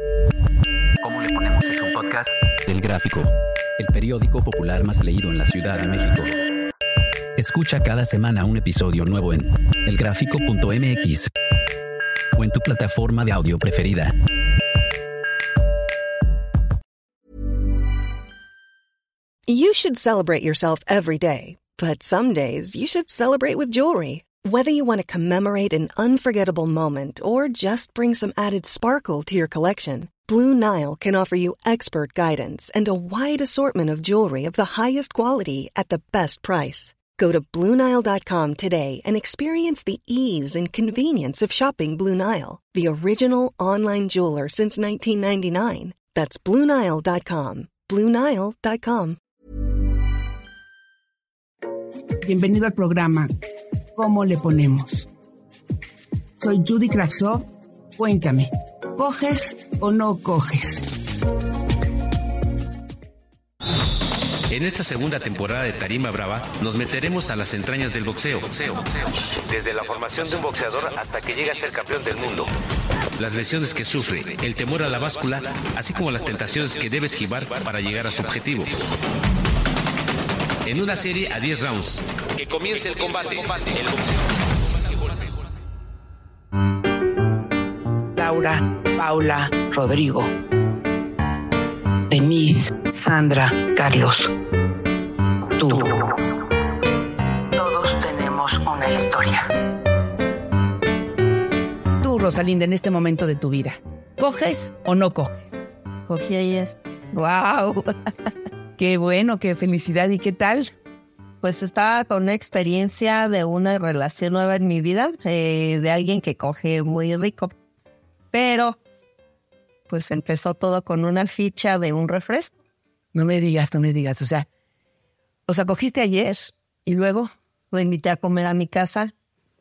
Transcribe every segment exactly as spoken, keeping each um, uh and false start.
¿Cómo le ponemos? Es un podcast del Gráfico, el periódico popular más leído en la Ciudad de México. Escucha cada semana un episodio nuevo en el gráfico punto m x o en tu plataforma de audio preferida. You should celebrate yourself every day, but some days you should celebrate with jewelry. Whether you want to commemorate an unforgettable moment or just bring some added sparkle to your collection, Blue Nile can offer you expert guidance and a wide assortment of jewelry of the highest quality at the best price. Go to blue nile dot com today and experience the ease and convenience of shopping Blue Nile, the original online jeweler since nineteen ninety-nine. That's blue nile dot com. blue nile dot com. Bienvenido al programa ¿Cómo le ponemos? Soy Judy Kravtsov. Cuéntame, ¿coges o no coges? En esta segunda temporada de Tarima Brava nos meteremos a las entrañas del boxeo, boxeo, boxeo, desde la formación de un boxeador hasta que llega a ser campeón del mundo. Las lesiones que sufre, el temor a la báscula, así como las tentaciones que debe esquivar para llegar a su objetivo. En una serie a diez rounds. Que comience el combate. El boxeo. Laura, Paula, Rodrigo, Denise, Sandra, Carlos. Tú. Todos tenemos una historia. Tú, Rosalinda, en este momento de tu vida, ¿coges o no coges? Cogí ayer. ¡Wow! ¡Qué bueno, qué felicidad! ¿Y qué tal? Pues estaba con una experiencia de una relación nueva en mi vida, eh, de alguien que coge muy rico. Pero, pues empezó todo con una ficha de un refresco. No me digas, no me digas. O sea, o sea, cogiste ayer y luego Lo invité a comer a mi casa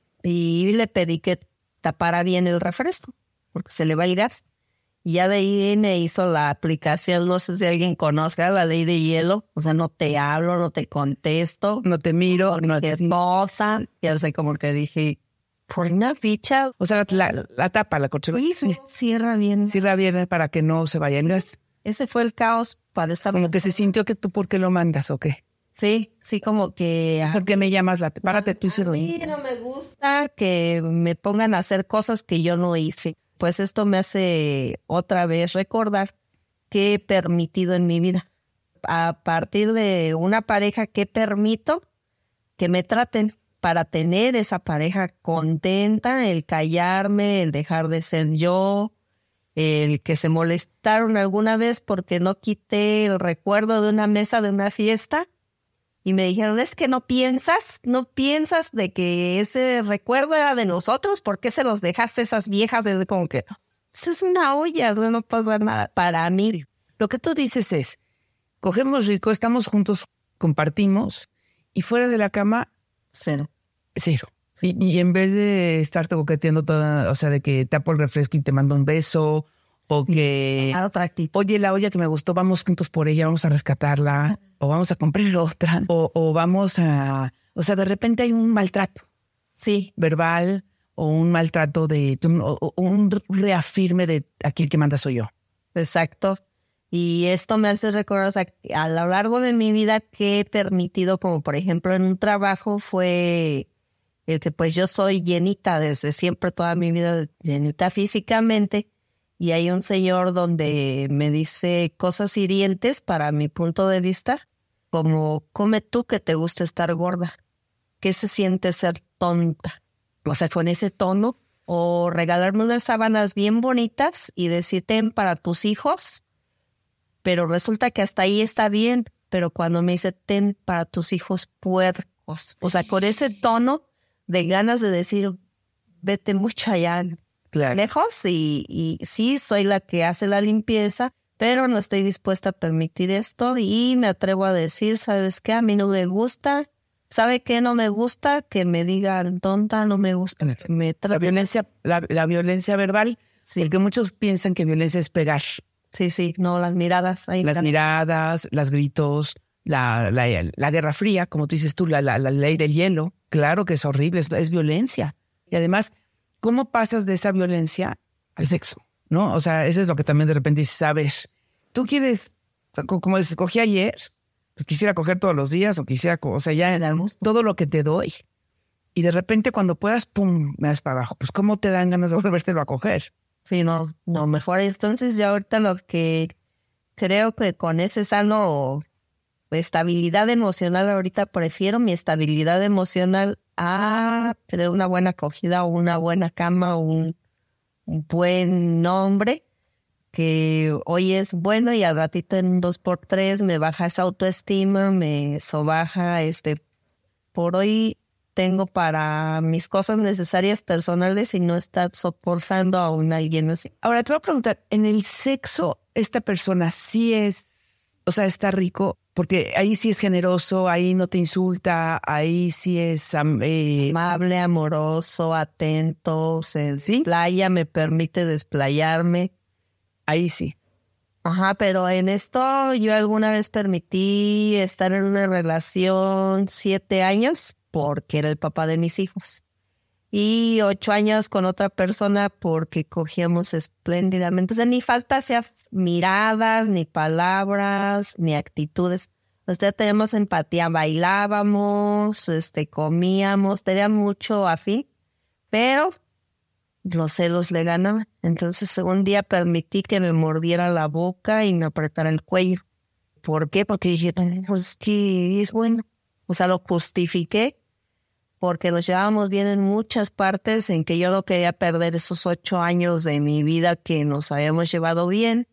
y le pedí que tapara bien el refresco, porque se le va el gas. Y ya de ahí me hizo la aplicación, no sé si alguien conozca la ley de hielo. O sea, no te hablo, no te contesto. no te miro, no te... cosa. Y o sea, como que dije, por una ficha. O sea, la, la tapa, la corchera. Sí, sí, cierra bien. Cierra bien para que no se vaya el gas. Ese fue el caos para estar. Como que se sintió que tú, ¿por qué lo mandas o qué? Sí, sí, como que... ¿Por qué me llamas la... Párate tú y se A mí no me gusta que me pongan a hacer cosas que yo no hice. Pues esto me hace otra vez recordar qué he permitido en mi vida. A partir de una pareja, ¿qué permito que me traten para tener esa pareja contenta? El callarme, el dejar de ser yo, el que se molestaron alguna vez porque no quité el recuerdo de una mesa de una fiesta. Y me dijeron, es que no piensas, no piensas de que ese recuerdo era de nosotros. ¿Por qué se los dejaste a esas viejas? Desde como que, eso es una olla, no pasa nada. Para mí, lo que tú dices es, cogemos rico, estamos juntos, compartimos, y fuera de la cama, cero. Cero. Y, y en vez de estarte coqueteando toda, o sea, de que tapo el refresco y te mando un beso, o sí, que, oye, la olla que me gustó, vamos juntos por ella, vamos a rescatarla, o vamos a comprar otra, o, o vamos a... O sea, de repente hay un maltrato. Sí. Verbal, o un maltrato de... O, o un reafirme de aquí el que manda soy yo. Exacto. Y esto me hace recordar, o sea, a lo largo de mi vida que he permitido, como por ejemplo en un trabajo, fue el que pues yo soy llenita desde siempre, toda mi vida llenita físicamente. Y hay un señor donde me dice cosas hirientes para mi punto de vista, como come tú que te gusta estar gorda. ¿Qué se siente ser tonta? O sea, con ese tono. O regalarme unas sábanas bien bonitas y decir, ten para tus hijos. Pero resulta que hasta ahí está bien. Pero cuando me dice, ten para tus hijos puercos. O sea, con ese tono de ganas de decir, vete mucho allá. Claro. Lejos y, y sí, soy la que hace la limpieza, pero no estoy dispuesta a permitir esto y me atrevo a decir, ¿sabes qué? A mí no me gusta. ¿Sabe qué? No me gusta que me digan tonta, no me gusta que me traten. La violencia, la, la violencia verbal, sí. Porque muchos piensan que violencia es pegar. Sí, sí, no, las miradas. Ahí las están. miradas, las gritos, la, la, la guerra fría, como tú dices tú, la, la, la ley del hielo. Claro que es horrible, es, es violencia. Y además, ¿cómo pasas de esa violencia al sexo? ¿no? O sea, eso es lo que también de repente dices, sabes, tú quieres, como escogí ayer, pues quisiera coger todos los días o quisiera, o sea, ya todo lo que te doy. Y de repente cuando puedas, pum, me das para abajo. Pues ¿cómo te dan ganas de volvértelo a coger? Sí, no, no, mejor. Entonces ya ahorita lo que creo que con ese sano estabilidad emocional, ahorita prefiero mi estabilidad emocional a tener una buena acogida o una buena cama o un, un buen hombre que hoy es bueno y al ratito en un dos por tres me baja esa autoestima, me sobaja. Este, por hoy tengo para mis cosas necesarias personales y no estar soportando a una alguien así. Ahora te voy a preguntar, ¿en el sexo esta persona sí es, o sea, está rico? Porque ahí sí es generoso, ahí no te insulta, ahí sí es eh, amable, amoroso, atento, se desplaya, me permite desplayarme. Ahí sí. Ajá, pero en esto yo alguna vez permití estar en una relación siete años porque era el papá de mis hijos. Y ocho años con otra persona porque cogíamos espléndidamente. O sea, ni falta sea miradas, ni palabras, ni actitudes. O sea, teníamos empatía, bailábamos, este, comíamos, tenía mucho afín, pero los celos le ganaban. Entonces un día permití que me mordiera la boca y me apretara el cuello. ¿Por qué? Porque dije, pues que es bueno. O sea, lo justifiqué porque nos llevábamos bien en muchas partes en que yo no quería perder esos ocho años de mi vida que nos habíamos llevado bien.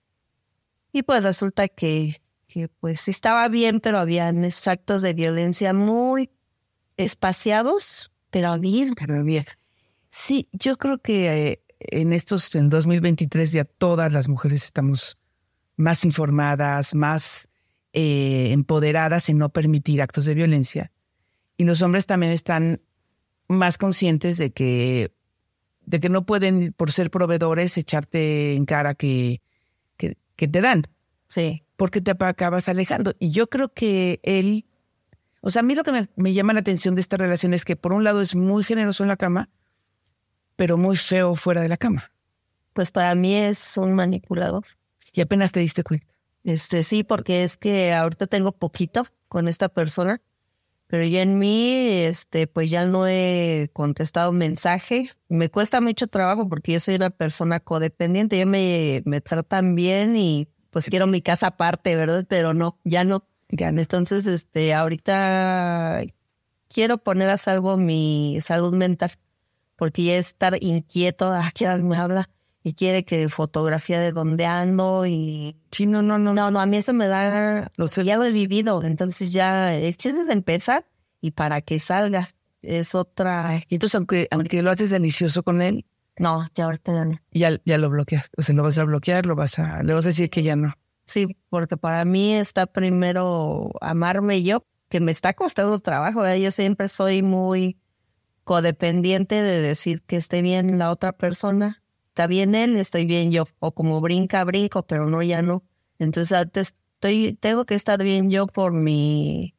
Y pues resulta que, que pues sí estaba bien, pero habían esos actos de violencia muy espaciados, pero bien, pero bien. Sí, yo creo que eh, en estos, en dos mil veintitrés ya todas las mujeres estamos más informadas, más eh, empoderadas en no permitir actos de violencia. Y los hombres también están más conscientes de que, de que no pueden, por ser proveedores, echarte en cara que, que, que te dan. Sí. Porque te acabas alejando. Y yo creo que él, o sea, a mí lo que me, me llama la atención de esta relación es que por un lado es muy generoso en la cama, pero muy feo fuera de la cama. Pues para mí es un manipulador. Y apenas te diste cuenta. Este, sí, porque es que ahorita tengo poquito con esta persona, pero yo en mí, este, pues ya no he contestado mensaje. Me cuesta mucho trabajo porque yo soy una persona codependiente. Yo me, me tratan bien y pues quiero mi casa aparte, ¿verdad? Pero no, ya no. Entonces, este, ahorita quiero poner a salvo mi salud mental porque ya estar inquieto, ah, ¿quién me habla? Y quiere que fotografía de dónde ando y... Sí, no, no, no. No, no, a mí eso me da... Lo sé. Ya lo he vivido, entonces ya el chiste es empezar y para que salgas es otra... Y entonces, aunque, aunque lo haces delicioso con él... No, ya ahorita ya no. Ya, ya lo bloqueas, o sea, lo vas a bloquear, lo vas a... Le vas a decir que ya no. Sí, porque para mí está primero amarme yo, que me está costando trabajo, ¿eh? Yo siempre soy muy codependiente de decir que esté bien la otra persona. Está bien él, estoy bien yo. O como brinca, brinco, pero no, ya no. Entonces ahorita estoy, tengo que estar bien yo por mi,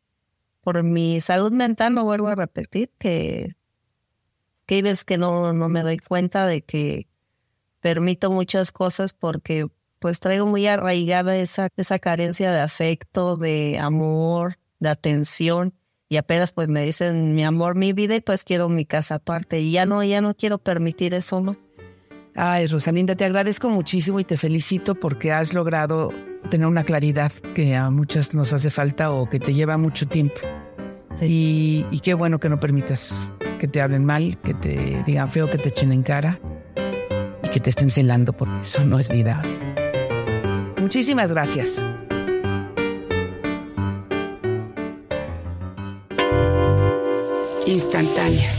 por mi salud mental. Me vuelvo a repetir que, que hay veces que no, no me doy cuenta de que permito muchas cosas porque pues traigo muy arraigada esa, esa carencia de afecto, de amor, de atención. Y apenas pues me dicen mi amor, mi vida, y pues quiero mi casa aparte. Y ya no, ya no quiero permitir eso, ¿no? Ay, Rosalinda, te agradezco muchísimo y te felicito porque has logrado tener una claridad que a muchas nos hace falta o que te lleva mucho tiempo. Sí. Y, y qué bueno que no permitas que te hablen mal, que te digan feo, que te echen en cara y que te estén celando porque eso no es vida. Muchísimas gracias. Instantánea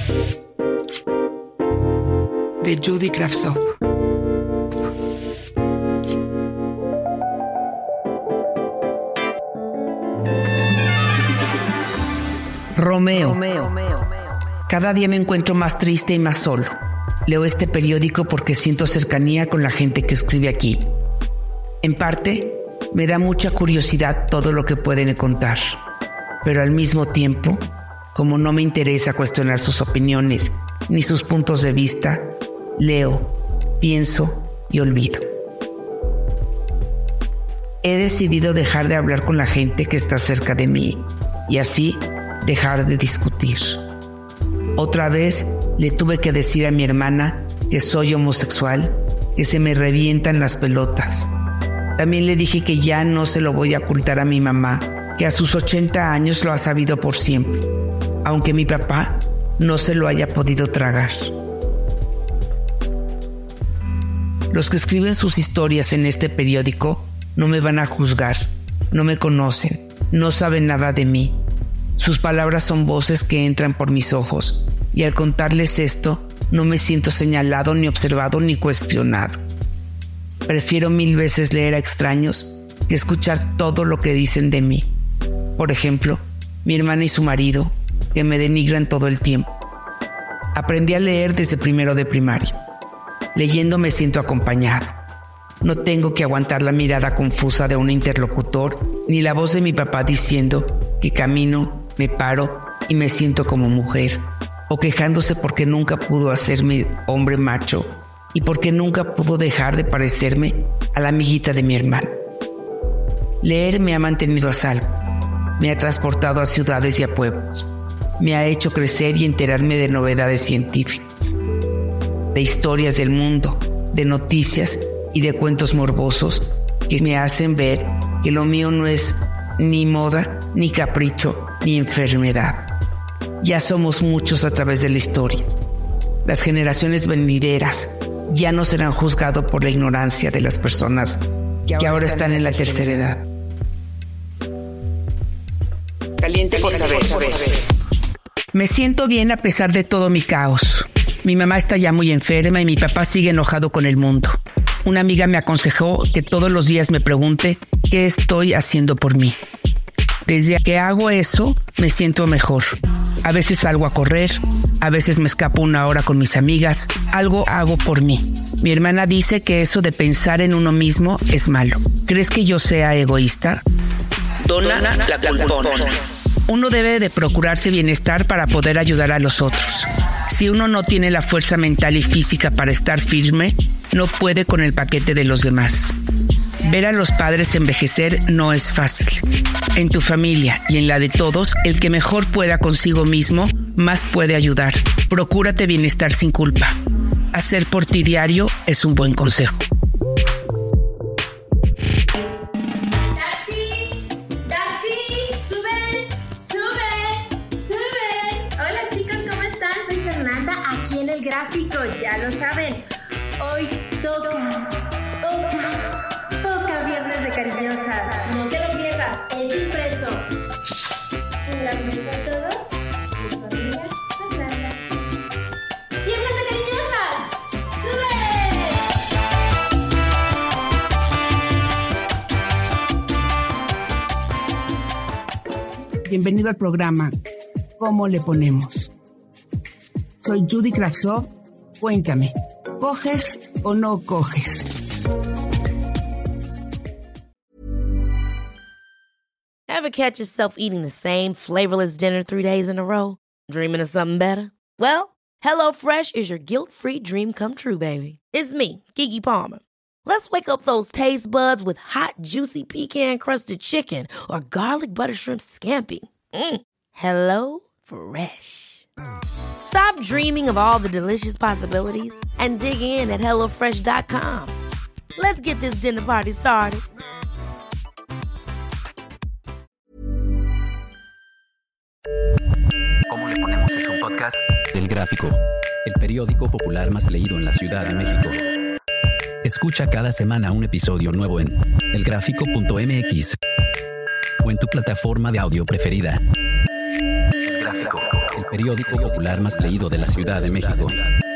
de Judy Kravtsov. Romeo. Romeo. Cada día me encuentro más triste y más solo. Leo este periódico porque siento cercanía con la gente que escribe aquí. En parte, me da mucha curiosidad todo lo que pueden contar. Pero al mismo tiempo, como no me interesa cuestionar sus opiniones ni sus puntos de vista, leo, pienso y olvido. He decidido dejar de hablar con la gente que está cerca de mí y así dejar de discutir. Otra vez le tuve que decir a mi hermana que soy homosexual, que se me revientan las pelotas. También le dije que ya no se lo voy a ocultar a mi mamá, que a sus ochenta años lo ha sabido por siempre, aunque mi papá no se lo haya podido tragar. Los que escriben sus historias en este periódico no me van a juzgar, no me conocen, no saben nada de mí. Sus palabras son voces que entran por mis ojos, y al contarles esto, no me siento señalado, ni observado, ni cuestionado. Prefiero mil veces leer a extraños que escuchar todo lo que dicen de mí. Por ejemplo, mi hermana y su marido, que me denigran todo el tiempo. Aprendí a leer desde primero de primaria. Leyendo me siento acompañado. No tengo que aguantar la mirada confusa de un interlocutor, ni la voz de mi papá diciendo que camino, me paro y me siento como mujer, o quejándose porque nunca pudo hacerme hombre macho y porque nunca pudo dejar de parecerme a la amiguita de mi hermano. Leer me ha mantenido a salvo, me ha transportado a ciudades y a pueblos, me ha hecho crecer y enterarme de novedades científicas, de historias del mundo, de noticias y de cuentos morbosos que me hacen ver que lo mío no es ni moda, ni capricho, ni enfermedad. Ya somos muchos a través de la historia. Las generaciones venideras ya no serán juzgados por la ignorancia de las personas que ahora, que ahora están en la tercera edad. Caliente por saber. Me siento bien a pesar de todo mi caos. Mi mamá está ya muy enferma y mi papá sigue enojado con el mundo. Una amiga me aconsejó que todos los días me pregunte qué estoy haciendo por mí. Desde que hago eso, me siento mejor. A veces salgo a correr, a veces me escapo una hora con mis amigas. Algo hago por mí. Mi hermana dice que eso de pensar en uno mismo es malo. ¿Crees que yo sea egoísta? Dona la culpona. Uno debe de procurarse bienestar para poder ayudar a los otros. Si uno no tiene la fuerza mental y física para estar firme, no puede con el paquete de los demás. Ver a los padres envejecer no es fácil. En tu familia y en la de todos, el que mejor pueda consigo mismo, más puede ayudar. Procúrate bienestar sin culpa. Hacer por ti diario es un buen consejo. ¡Taxi! ¡Taxi! ¡Suben! ¡Suben! ¡Suben! Hola chicos, ¿cómo están? Soy Fernanda, aquí en El Gráfico, ya lo saben. Hoy toca, toca, toca Viernes de Cariñosas. No te lo pierdas, es impreso. Un abrazo a todos, mi familia, Fernanda. ¡Viernes de Cariñosas! ¡Sube! Bienvenido al programa ¿Cómo le ponemos? Soy Judy Kravtsov. Cuéntame, ¿coges o no coges? Ever catch yourself eating the same flavorless dinner three days in a row? Dreaming of something better? Well, HelloFresh is your guilt-free dream come true, baby. It's me, Keke Palmer. Let's wake up those taste buds with hot, juicy pecan-crusted chicken or garlic butter shrimp scampi. Mm. Hello Fresh. Stop dreaming of all the delicious possibilities and dig in at hello fresh dot com. Let's get this dinner party started. ¿Cómo le ponemos? Es un podcast del Gráfico, el periódico popular más leído en la Ciudad de México. Escucha cada semana un episodio nuevo en el gráfico punto m x o en tu plataforma de audio preferida. El Gráfico, el periódico popular más leído de la Ciudad de México.